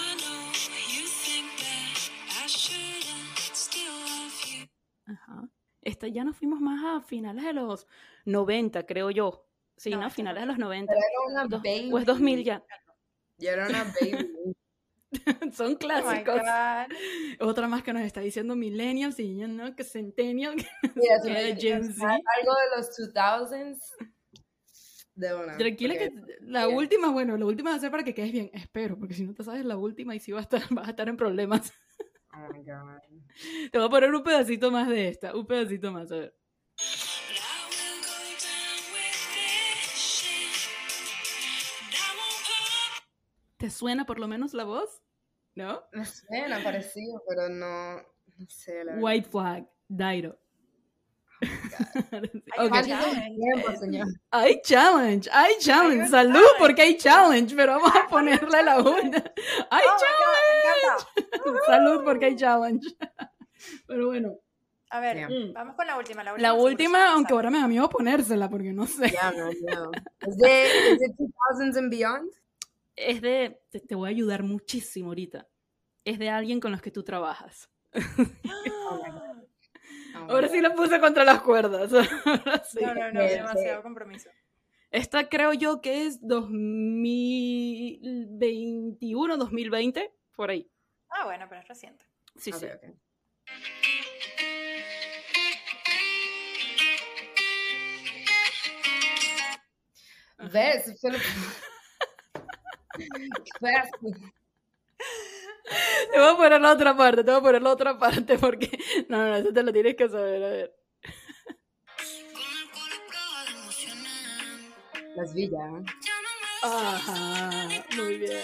[SPEAKER 2] Ajá. Esta ya nos fuimos más a finales de los 90, creo yo. Sí,
[SPEAKER 1] No,
[SPEAKER 2] ¿no?
[SPEAKER 1] esta es
[SPEAKER 2] Finales de
[SPEAKER 1] otra.
[SPEAKER 2] los 90.
[SPEAKER 3] Pero era una baby.
[SPEAKER 2] Pues 2000 ya.
[SPEAKER 3] Yo era una baby.
[SPEAKER 2] Son
[SPEAKER 1] Oh my
[SPEAKER 2] clásicos.
[SPEAKER 1] God.
[SPEAKER 2] Otra más que nos está diciendo millennials y yo no, que centennial, que
[SPEAKER 3] Mira,
[SPEAKER 2] se quede Gen Z.
[SPEAKER 3] algo de los 2000s, de una.
[SPEAKER 2] Tranquila
[SPEAKER 3] porque-
[SPEAKER 2] que la última va a ser para que quedes bien. Espero, porque si no te sabes la última y sí vas a estar en problemas.
[SPEAKER 3] Oh my God.
[SPEAKER 2] Te voy a poner un pedacito más de esta, un pedacito más, a ver. ¿Te suena por lo menos la voz? ¿No?
[SPEAKER 3] Me suena parecido, pero no sé, la verdad.
[SPEAKER 2] White Flag, Dairo.
[SPEAKER 1] Hay
[SPEAKER 2] Ok.
[SPEAKER 1] un
[SPEAKER 3] ¿Cuánto
[SPEAKER 1] challenge.
[SPEAKER 3] tiempo, señor?
[SPEAKER 2] Hay challenge.
[SPEAKER 1] Hay un
[SPEAKER 2] Salud
[SPEAKER 1] challenge.
[SPEAKER 2] porque hay challenge, pero vamos a ponerle la una. ¡Hay
[SPEAKER 1] Oh my God, me encanta.
[SPEAKER 2] Salud porque hay challenge. Pero bueno,
[SPEAKER 1] A ver,
[SPEAKER 3] Yeah.
[SPEAKER 1] vamos con la última.
[SPEAKER 2] la
[SPEAKER 1] seguro
[SPEAKER 2] última,
[SPEAKER 1] sí
[SPEAKER 2] aunque
[SPEAKER 1] sabe.
[SPEAKER 2] ahora me da miedo ponérsela porque no sé.
[SPEAKER 3] Ya, no. ¿Es de 2000s and beyond?
[SPEAKER 2] Es de, te voy a ayudar muchísimo ahorita. Es de alguien con los que tú trabajas.
[SPEAKER 3] Oh my God.
[SPEAKER 2] Ahora sí la puse contra las cuerdas. Ahora sí.
[SPEAKER 1] No,
[SPEAKER 3] Sí.
[SPEAKER 1] demasiado compromiso.
[SPEAKER 2] Esta creo yo que es 2021, 2020, por ahí.
[SPEAKER 1] Ah, bueno, pero es reciente.
[SPEAKER 2] Sí, sí.
[SPEAKER 3] Ok. ¿Ves? ¿Ves?
[SPEAKER 2] Te voy a poner la otra parte, porque... No, eso te lo tienes que saber, a ver.
[SPEAKER 3] Las villas.
[SPEAKER 2] Ajá, muy bien.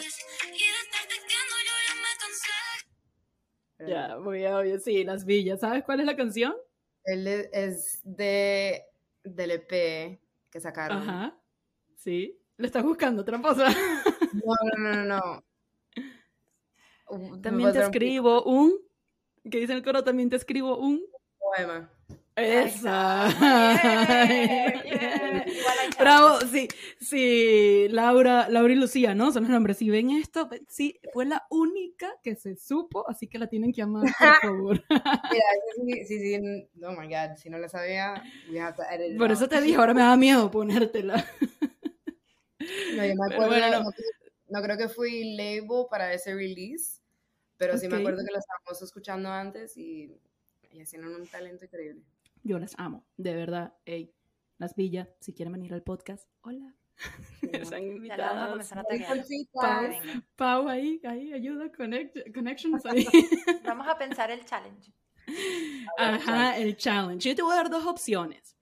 [SPEAKER 2] Ya, muy obvio, sí, Las Villas. ¿Sabes cuál es la canción?
[SPEAKER 3] Él es del EP que sacaron.
[SPEAKER 2] Ajá, sí. ¿Lo estás buscando, tramposa?
[SPEAKER 3] No.
[SPEAKER 2] También te escribo un... ¿Qué dice el coro? También te escribo un...
[SPEAKER 3] poema.
[SPEAKER 2] ¡Esa!
[SPEAKER 1] Bien. Igual hay
[SPEAKER 2] Bravo,
[SPEAKER 1] challenge.
[SPEAKER 2] sí, Laura y Lucía, ¿no? Son los nombres. Si ven esto, sí, fue la única que se supo, así que la tienen que amar, por favor.
[SPEAKER 3] Mira, sí, oh my God, si no la sabía, we have to edit it
[SPEAKER 2] Por
[SPEAKER 3] out.
[SPEAKER 2] eso te dije, ahora me da miedo ponértela.
[SPEAKER 3] No, yo me
[SPEAKER 2] Pero
[SPEAKER 3] acuerdo,
[SPEAKER 2] bueno,
[SPEAKER 3] no creo que fui label para ese release, pero sí me
[SPEAKER 2] Ok.
[SPEAKER 3] acuerdo que lo estábamos escuchando antes y hicieron un talento increíble.
[SPEAKER 2] Yo las amo, de verdad. Ey, Las Villas, si quieren venir al podcast, hola. Están
[SPEAKER 1] Ya la vamos a
[SPEAKER 2] invitadas.
[SPEAKER 1] comenzar a taguear.
[SPEAKER 2] Pau,
[SPEAKER 1] Venga.
[SPEAKER 2] Pau, ahí, ayuda, connections ahí.
[SPEAKER 1] Vamos a pensar el challenge.
[SPEAKER 2] Ajá, el challenge. Yo te voy a dar dos opciones.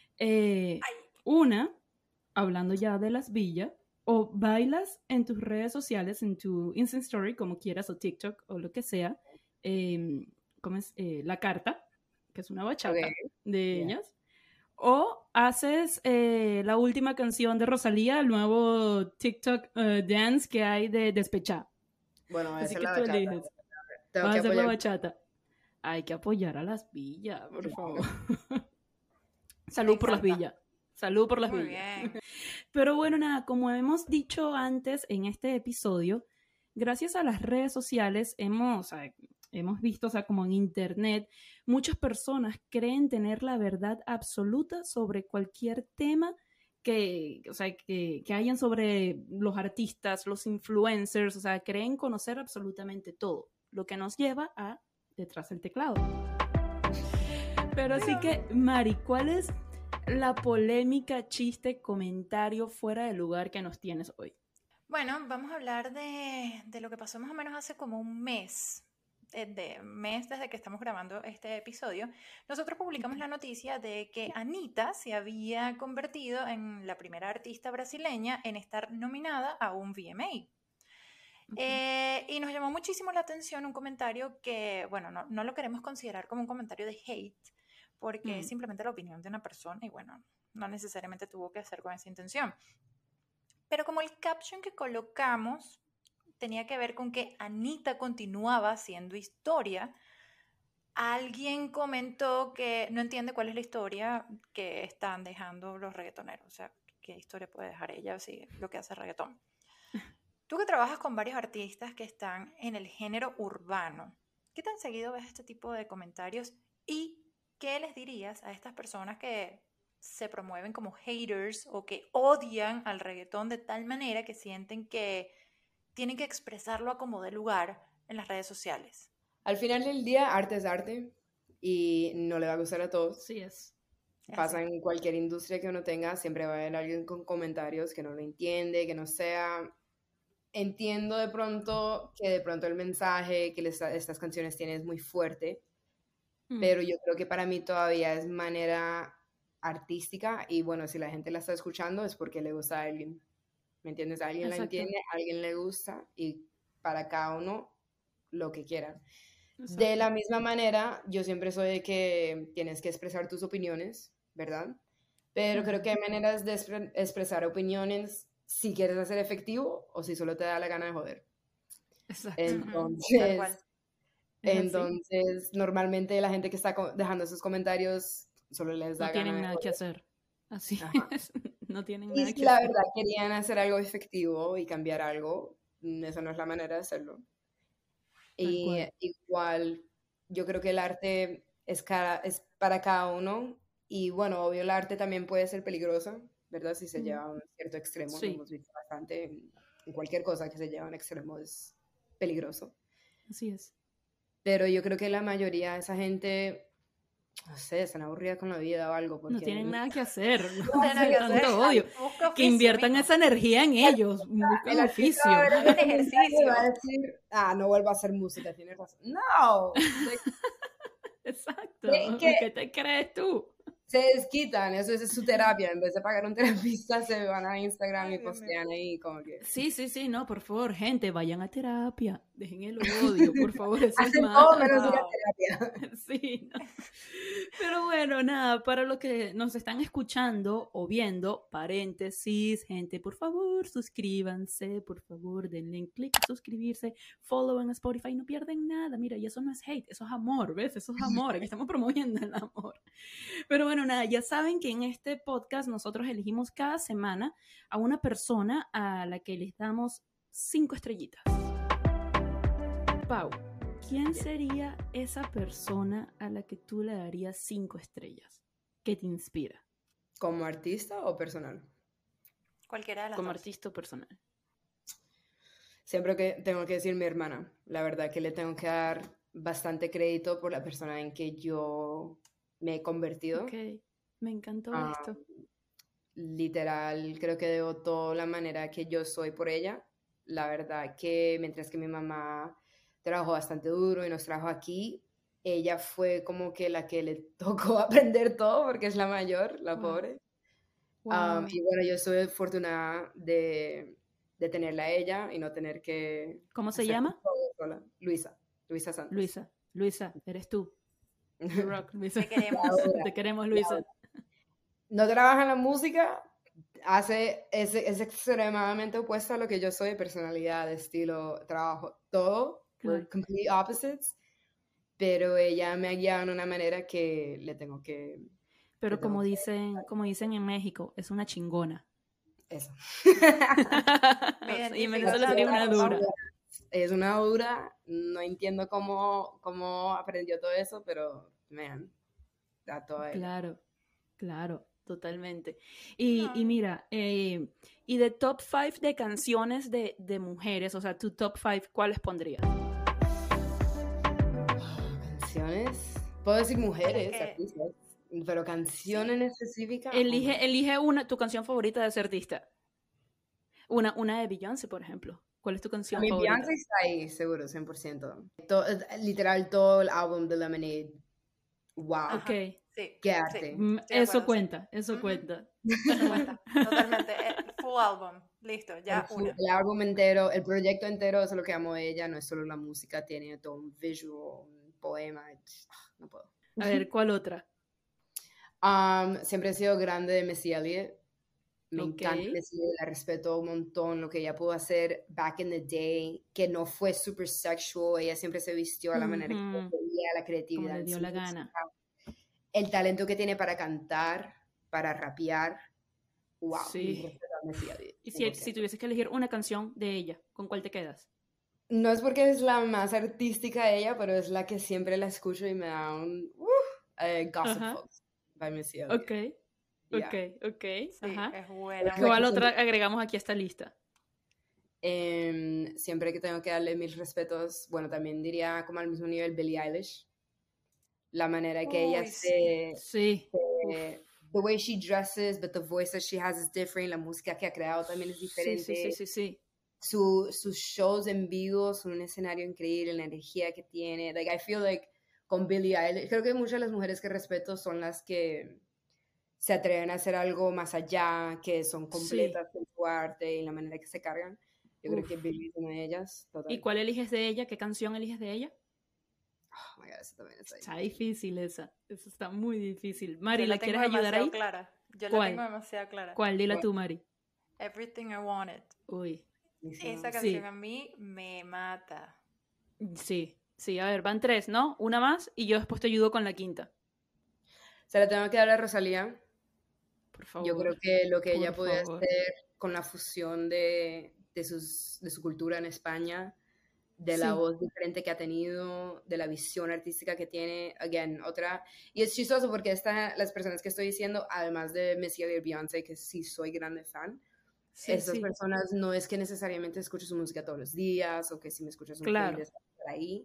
[SPEAKER 2] Una, hablando ya de Las Villas, o bailas en tus redes sociales, en tu Insta Story, como quieras, o TikTok, o lo que sea, ¿cómo es? La carta, que es una bachata
[SPEAKER 3] Ok.
[SPEAKER 2] de
[SPEAKER 3] Yeah.
[SPEAKER 2] ellas, o haces la última canción de Rosalía, el nuevo TikTok dance que hay de Despechá.
[SPEAKER 3] Bueno,
[SPEAKER 2] Así
[SPEAKER 3] esa
[SPEAKER 2] que
[SPEAKER 3] es la
[SPEAKER 2] tú
[SPEAKER 3] bachata.
[SPEAKER 2] eliges.
[SPEAKER 3] Tengo
[SPEAKER 2] Vas a
[SPEAKER 3] que
[SPEAKER 2] hacer la
[SPEAKER 3] apoyar.
[SPEAKER 2] bachata. Hay que apoyar a Las Villas, por
[SPEAKER 3] Claro.
[SPEAKER 2] favor. Salud por Las
[SPEAKER 1] encanta.
[SPEAKER 2] Villas. Salud por Las
[SPEAKER 1] Muy
[SPEAKER 2] Villas.
[SPEAKER 1] bien.
[SPEAKER 2] Pero bueno, nada, como hemos dicho antes en este episodio, gracias a las redes sociales hemos hemos visto, o sea, como en internet, muchas personas creen tener la verdad absoluta sobre cualquier tema o sea, que hayan sobre los artistas, los influencers, o sea, creen conocer absolutamente todo, lo que nos lleva a detrás del teclado. Pero así que, Mari, ¿cuál es la polémica, chiste, comentario fuera de lugar que nos tienes hoy?
[SPEAKER 1] Bueno, vamos a hablar de lo que pasó más o menos hace como un mes, desde que estamos grabando este episodio. Nosotros publicamos la noticia de que Anitta se había convertido en la primera artista brasileña en estar nominada a un VMA. Y nos llamó muchísimo la atención un comentario que, bueno, no lo queremos considerar como un comentario de hate, porque es simplemente la opinión de una persona y, bueno, no necesariamente tuvo que hacer con esa intención. Pero como el caption que colocamos tenía que ver con que Anitta continuaba haciendo historia, alguien comentó que no entiende cuál es la historia que están dejando los reggaetoneros. O sea, ¿qué historia puede dejar ella si lo que hace es reggaetón? Tú que trabajas con varios artistas que están en el género urbano, ¿qué tan seguido ves este tipo de comentarios? ¿Y qué les dirías a estas personas que se promueven como haters o que odian al reggaetón de tal manera que sienten que tienen que expresarlo a como dé lugar en las redes sociales?
[SPEAKER 3] Al final del día, arte es arte y no le va a gustar a todos.
[SPEAKER 2] Sí es.
[SPEAKER 3] Pasa en cualquier industria que uno tenga, siempre va a haber alguien con comentarios que no lo entiende, que no sea... Entiendo de pronto que el mensaje que estas canciones tienen es muy fuerte, pero yo creo que para mí todavía es manera artística y bueno, si la gente la está escuchando es porque le gusta a alguien, ¿me entiendes? A alguien la entiende, a alguien le gusta y para cada uno lo que quieran. Exacto. De la misma manera, yo siempre soy de que tienes que expresar tus opiniones, ¿verdad? Pero creo que hay maneras de expresar opiniones si quieres hacer efectivo o si solo te da la gana de joder.
[SPEAKER 2] Exacto.
[SPEAKER 3] Entonces normalmente la gente que está dejando esos comentarios solo les da gana de joder.
[SPEAKER 2] No tienen nada que hacer. Así es. No tienen nada que hacer.
[SPEAKER 3] Y si la verdad querían hacer algo efectivo y cambiar algo, esa no es la manera de hacerlo. Y igual, yo creo que el arte es para cada uno. Y bueno, obvio, el arte también puede ser peligroso, ¿verdad? Si se lleva a un cierto extremo. Sí. Lo hemos visto bastante. En cualquier cosa que se lleva a un extremo es peligroso.
[SPEAKER 2] Así es.
[SPEAKER 3] Pero yo creo que la mayoría de esa gente, no sé, están aburridas con la vida o algo. Porque
[SPEAKER 2] no tienen nada que hacer.
[SPEAKER 1] No tienen nada que hacer.
[SPEAKER 2] Odio. Que inviertan esa energía en ellos. Busquen oficio.
[SPEAKER 1] El ejercicio.
[SPEAKER 3] Va a decir, no vuelvo a hacer música, tienes razón. No.
[SPEAKER 2] Exacto. ¿Qué te crees tú?
[SPEAKER 3] Se desquitan, eso es su terapia. En vez de pagar un terapista, se van a Instagram y postean ahí como que...
[SPEAKER 2] Sí, no, por favor, gente, vayan a terapia. Dejen el odio, por favor. Eso
[SPEAKER 3] hacen
[SPEAKER 2] es
[SPEAKER 3] todo menos ir a terapia.
[SPEAKER 2] Sí, no. Pero bueno, nada, para los que nos están escuchando o viendo, paréntesis, gente, por favor, suscríbanse, por favor, denle click a suscribirse, follow en Spotify, no pierden nada. Mira, y eso no es hate, eso es amor, ¿ves? Eso es amor, aquí estamos promoviendo el amor. Pero bueno, nada, ya saben que en este podcast nosotros elegimos cada semana a una persona a la que les damos 5 estrellitas. Pau, ¿quién sería esa persona a la que tú le darías 5 estrellas? ¿Qué te inspira?
[SPEAKER 3] ¿Como artista o personal?
[SPEAKER 1] Cualquiera de las
[SPEAKER 2] Como
[SPEAKER 1] dos.
[SPEAKER 2] artista o personal.
[SPEAKER 3] Siempre que tengo que decir mi hermana. La verdad que le tengo que dar bastante crédito por la persona en que yo me he convertido.
[SPEAKER 2] Ok, me encantó esto.
[SPEAKER 3] Literal, creo que debo toda la manera que yo soy por ella. La verdad que mientras que mi mamá trabajó bastante duro y nos trajo aquí, ella fue como que la que le tocó aprender todo porque es la mayor, la pobre. Wow. Y bueno, yo soy afortunada de tenerla a ella y no tener que...
[SPEAKER 2] ¿Cómo se llama?
[SPEAKER 3] Sola. Luisa Santos.
[SPEAKER 2] Luisa, eres tú. You rock, Luisa.
[SPEAKER 1] Te queremos.
[SPEAKER 2] Te queremos, Luisa.
[SPEAKER 3] No trabaja en la música, es extremadamente opuesto a lo que yo soy, personalidad, estilo, trabajo, todo. We're complete opposites, pero ella me ha guiado de una manera que le tengo que...
[SPEAKER 2] Pero como dicen en México, es una chingona.
[SPEAKER 3] Eso.
[SPEAKER 2] Y en Venezuela sería una dura.
[SPEAKER 3] es una dura, no entiendo cómo aprendió todo eso, pero, man, da todo ella.
[SPEAKER 2] Claro, totalmente. Y
[SPEAKER 1] No.
[SPEAKER 2] mira, y de top 5 de canciones de mujeres, o sea, tu top 5, ¿cuáles pondrías?
[SPEAKER 3] Canciones, puedo decir mujeres,
[SPEAKER 1] que-
[SPEAKER 3] artistas, pero canción en específica, oh my God.
[SPEAKER 2] Elige tu canción favorita de ese artista. Una de Beyoncé, por ejemplo. ¿Cuál es tu
[SPEAKER 3] A
[SPEAKER 2] canción
[SPEAKER 3] mi
[SPEAKER 2] favorita?
[SPEAKER 3] Beyoncé está ahí, seguro, 100%. Literal, todo el álbum de Lemonade. Wow,
[SPEAKER 1] Ajá.
[SPEAKER 2] Ok.
[SPEAKER 1] Sí,
[SPEAKER 3] qué
[SPEAKER 1] sí,
[SPEAKER 3] arte.
[SPEAKER 1] estoy de
[SPEAKER 2] Eso
[SPEAKER 1] acuerdo, sí.
[SPEAKER 2] cuenta, eso
[SPEAKER 1] Ujú.
[SPEAKER 2] cuenta.
[SPEAKER 1] Eso cuenta, totalmente. Full álbum, listo, ya una.
[SPEAKER 3] El álbum entero, el proyecto entero, eso es lo que amo de ella, no es solo la música, tiene todo un visual, un poema, no puedo.
[SPEAKER 2] A ver, ¿cuál otra?
[SPEAKER 3] Siempre he sido grande de Missy Elliott. Me
[SPEAKER 2] Ok.
[SPEAKER 3] encanta Missy Elliott, la respeto un montón, lo que ella pudo hacer back in the day, que no fue super sexual, ella siempre se vistió a la manera que
[SPEAKER 2] Ujú,
[SPEAKER 3] quería, la
[SPEAKER 2] Como
[SPEAKER 3] creatividad
[SPEAKER 2] le
[SPEAKER 3] en
[SPEAKER 2] dio
[SPEAKER 3] su
[SPEAKER 2] la
[SPEAKER 3] música,
[SPEAKER 2] gana.
[SPEAKER 3] el talento que tiene para cantar, para rapear. Wow, mi
[SPEAKER 2] Sí.
[SPEAKER 3] respeto a Missy Elliott,
[SPEAKER 2] Y si
[SPEAKER 3] 100%.
[SPEAKER 2] tuvieses que elegir una canción de ella, ¿con cuál te quedas?
[SPEAKER 3] No es porque es la más artística ella, pero es la que siempre la escucho y me da un Gossip
[SPEAKER 2] Ajá.
[SPEAKER 3] Folks by Missy Elliott.
[SPEAKER 2] Ok,
[SPEAKER 3] Yeah.
[SPEAKER 2] ok.
[SPEAKER 1] Sí,
[SPEAKER 2] Ajá.
[SPEAKER 1] es buena,
[SPEAKER 3] Es la
[SPEAKER 2] ¿Cuál
[SPEAKER 3] que
[SPEAKER 1] buena.
[SPEAKER 2] otra
[SPEAKER 3] siempre,
[SPEAKER 2] agregamos aquí a esta lista?
[SPEAKER 3] siempre que tengo que darle mis respetos, bueno, también diría como al mismo nivel Billie Eilish. La manera que ella
[SPEAKER 1] Uy, sí.
[SPEAKER 2] Sí. Uf.
[SPEAKER 3] the way she dresses, but the voice that she has is different. La música que ha creado también es diferente.
[SPEAKER 2] Sí.
[SPEAKER 3] Sus shows en vivo son un escenario increíble, la energía que tiene. Like, I feel like con Billie Eilish, creo que muchas de las mujeres que respeto son las que se atreven a hacer algo más allá, que son
[SPEAKER 2] Sí.
[SPEAKER 3] completas con su arte y la manera que se cargan. Yo creo
[SPEAKER 2] Uf.
[SPEAKER 3] que Billie es una de ellas,
[SPEAKER 2] ¿Y
[SPEAKER 3] total.
[SPEAKER 2] cuál eliges de ella? ¿Qué canción eliges de ella?
[SPEAKER 3] Oh my God, eso también está
[SPEAKER 2] Está
[SPEAKER 3] difícil.
[SPEAKER 2] difícil esa. Eso está muy difícil.
[SPEAKER 1] Yo
[SPEAKER 2] Mari,
[SPEAKER 1] la
[SPEAKER 2] ¿la
[SPEAKER 1] tengo
[SPEAKER 2] quieres ayudar
[SPEAKER 1] demasiado
[SPEAKER 2] ahí?
[SPEAKER 1] clara. Yo la
[SPEAKER 2] ¿Cuál?
[SPEAKER 1] tengo demasiado clara.
[SPEAKER 2] ¿Cuál? Dila
[SPEAKER 3] Bueno,
[SPEAKER 2] tú, Mari.
[SPEAKER 1] Everything I Wanted.
[SPEAKER 2] Uy.
[SPEAKER 3] buenísimo.
[SPEAKER 1] Esa canción
[SPEAKER 2] Sí,
[SPEAKER 1] a mí me mata.
[SPEAKER 2] sí. A ver, van 3, ¿no? Una más y yo después te ayudo con la quinta.
[SPEAKER 3] Se la tengo que dar a Rosalía.
[SPEAKER 2] Por
[SPEAKER 3] Yo creo
[SPEAKER 2] favor.
[SPEAKER 3] que lo que ella
[SPEAKER 2] Por
[SPEAKER 3] podía
[SPEAKER 2] favor.
[SPEAKER 3] hacer con la fusión de su cultura en España, de la
[SPEAKER 2] Sí.
[SPEAKER 3] voz diferente que ha tenido, de la visión artística que tiene, again, otra. Y es chistoso porque las personas que estoy diciendo, además de Missy Elliott y Beyoncé, que sí soy grande fan, estas
[SPEAKER 2] Sí.
[SPEAKER 3] personas no es que necesariamente escucho su música todos los días o que si me escuchas un
[SPEAKER 2] Claro.
[SPEAKER 3] playlist por ahí,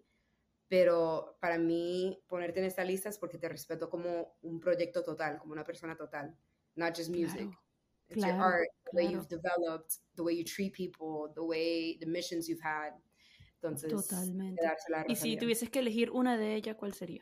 [SPEAKER 3] pero para mí ponerte en esta lista es porque te respeto como un proyecto total, como una persona total, not just music. It's your art, the way you've developed, the way you treat people, the missions you've had. Entonces,
[SPEAKER 2] Totalmente.
[SPEAKER 3] dársela a
[SPEAKER 2] Y si
[SPEAKER 3] Rosalía.
[SPEAKER 2] tuvieses que elegir una de ellas, ¿cuál sería?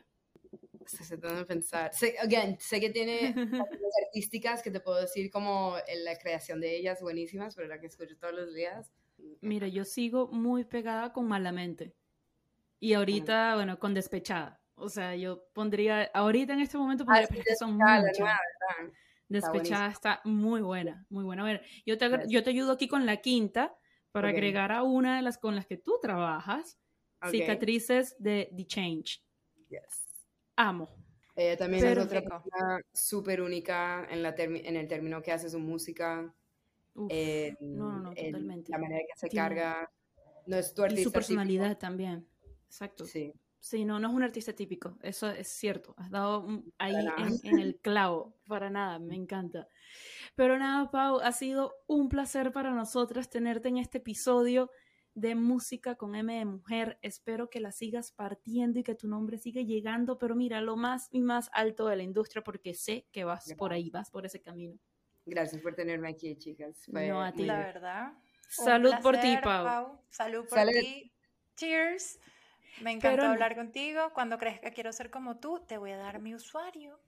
[SPEAKER 3] Se trata de pensar. Sé que tiene cosas artísticas que te puedo decir como en la creación de ellas buenísimas, pero la que escucho todos los días.
[SPEAKER 2] Mira, yo sigo muy pegada con Malamente. Y ahorita, bueno, con Despechada. O sea, yo pondría, ahorita en este momento pondría, pero es que son
[SPEAKER 3] la
[SPEAKER 2] muchas.
[SPEAKER 3] nueva, ¿verdad?
[SPEAKER 2] Despechada está muy buena, muy buena. A ver, yo te
[SPEAKER 3] Yes.
[SPEAKER 2] ayudo aquí con la quinta para
[SPEAKER 3] Ok.
[SPEAKER 2] agregar a una de las con las que tú trabajas,
[SPEAKER 3] Ok.
[SPEAKER 2] Cicatrices de The Change.
[SPEAKER 3] Yes.
[SPEAKER 2] Amo.
[SPEAKER 3] Ella también
[SPEAKER 2] Pero-
[SPEAKER 3] es otra persona súper única en el término que hace su música,
[SPEAKER 2] Uf, no,
[SPEAKER 3] en
[SPEAKER 2] totalmente.
[SPEAKER 3] la manera que se
[SPEAKER 2] Tiene-
[SPEAKER 3] carga. No es tu
[SPEAKER 2] Y
[SPEAKER 3] artista
[SPEAKER 2] su
[SPEAKER 3] típico.
[SPEAKER 2] personalidad también. Exacto.
[SPEAKER 3] Sí.
[SPEAKER 2] Sí, no es un artista típico, eso es cierto. Has dado ahí
[SPEAKER 3] nada.
[SPEAKER 2] en el clavo, para nada, me encanta. Pero nada, Pau, ha sido un placer para nosotras tenerte en este episodio de Música con M de Mujer. Espero que la sigas partiendo y que tu nombre siga llegando, pero mira, lo más y más alto de la industria, porque sé que vas por ahí, vas por ese camino.
[SPEAKER 3] Gracias por tenerme aquí, chicas. Fue
[SPEAKER 2] No, a ti.
[SPEAKER 3] muy
[SPEAKER 1] La
[SPEAKER 3] bien.
[SPEAKER 1] verdad.
[SPEAKER 2] Salud
[SPEAKER 1] Un
[SPEAKER 2] por ti,
[SPEAKER 1] placer,
[SPEAKER 2] Pau.
[SPEAKER 1] Salud por
[SPEAKER 3] Salud.
[SPEAKER 1] ti. Cheers. Me encantó
[SPEAKER 2] Pero no.
[SPEAKER 1] hablar contigo. Cuando crees que quiero ser como tú, te voy a dar mi usuario.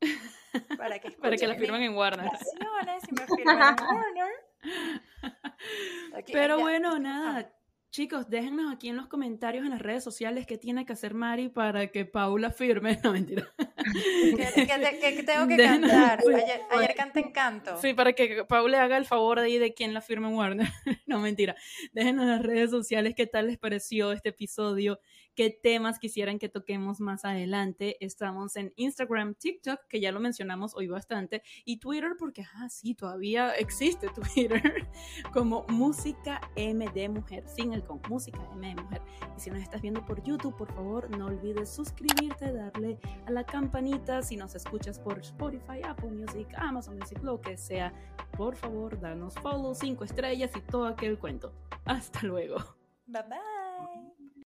[SPEAKER 1] Para que
[SPEAKER 2] Para que la
[SPEAKER 1] escuches
[SPEAKER 2] firmen
[SPEAKER 1] mis
[SPEAKER 2] en Warner.
[SPEAKER 1] canciones y me firmen en Warner. Aquí,
[SPEAKER 2] Pero
[SPEAKER 1] ya.
[SPEAKER 2] bueno, nada, chicos, déjennos aquí en los comentarios en las redes sociales qué tiene que hacer Mari para que Paula firme. No, mentira.
[SPEAKER 1] Que tengo que
[SPEAKER 2] Déjenos-
[SPEAKER 1] cantar.
[SPEAKER 2] sí.
[SPEAKER 1] Ayer canté en canto.
[SPEAKER 2] Sí, para que Paula haga el favor de ahí de quién la firma en Warner. No, mentira. Déjenos en las redes sociales qué tal les pareció este episodio, qué temas quisieran que toquemos más adelante. Estamos en Instagram, TikTok, que ya lo mencionamos hoy bastante, y Twitter, porque, sí, todavía existe Twitter, como Música M de Mujer, sin el con Música M de Mujer. Y si nos estás viendo por YouTube, por favor, no olvides suscribirte, darle a la campanita. Si nos escuchas por Spotify, Apple Music, Amazon Music, lo que sea, por favor, danos follow, 5 estrellas y todo aquel cuento. Hasta luego.
[SPEAKER 1] Bye bye.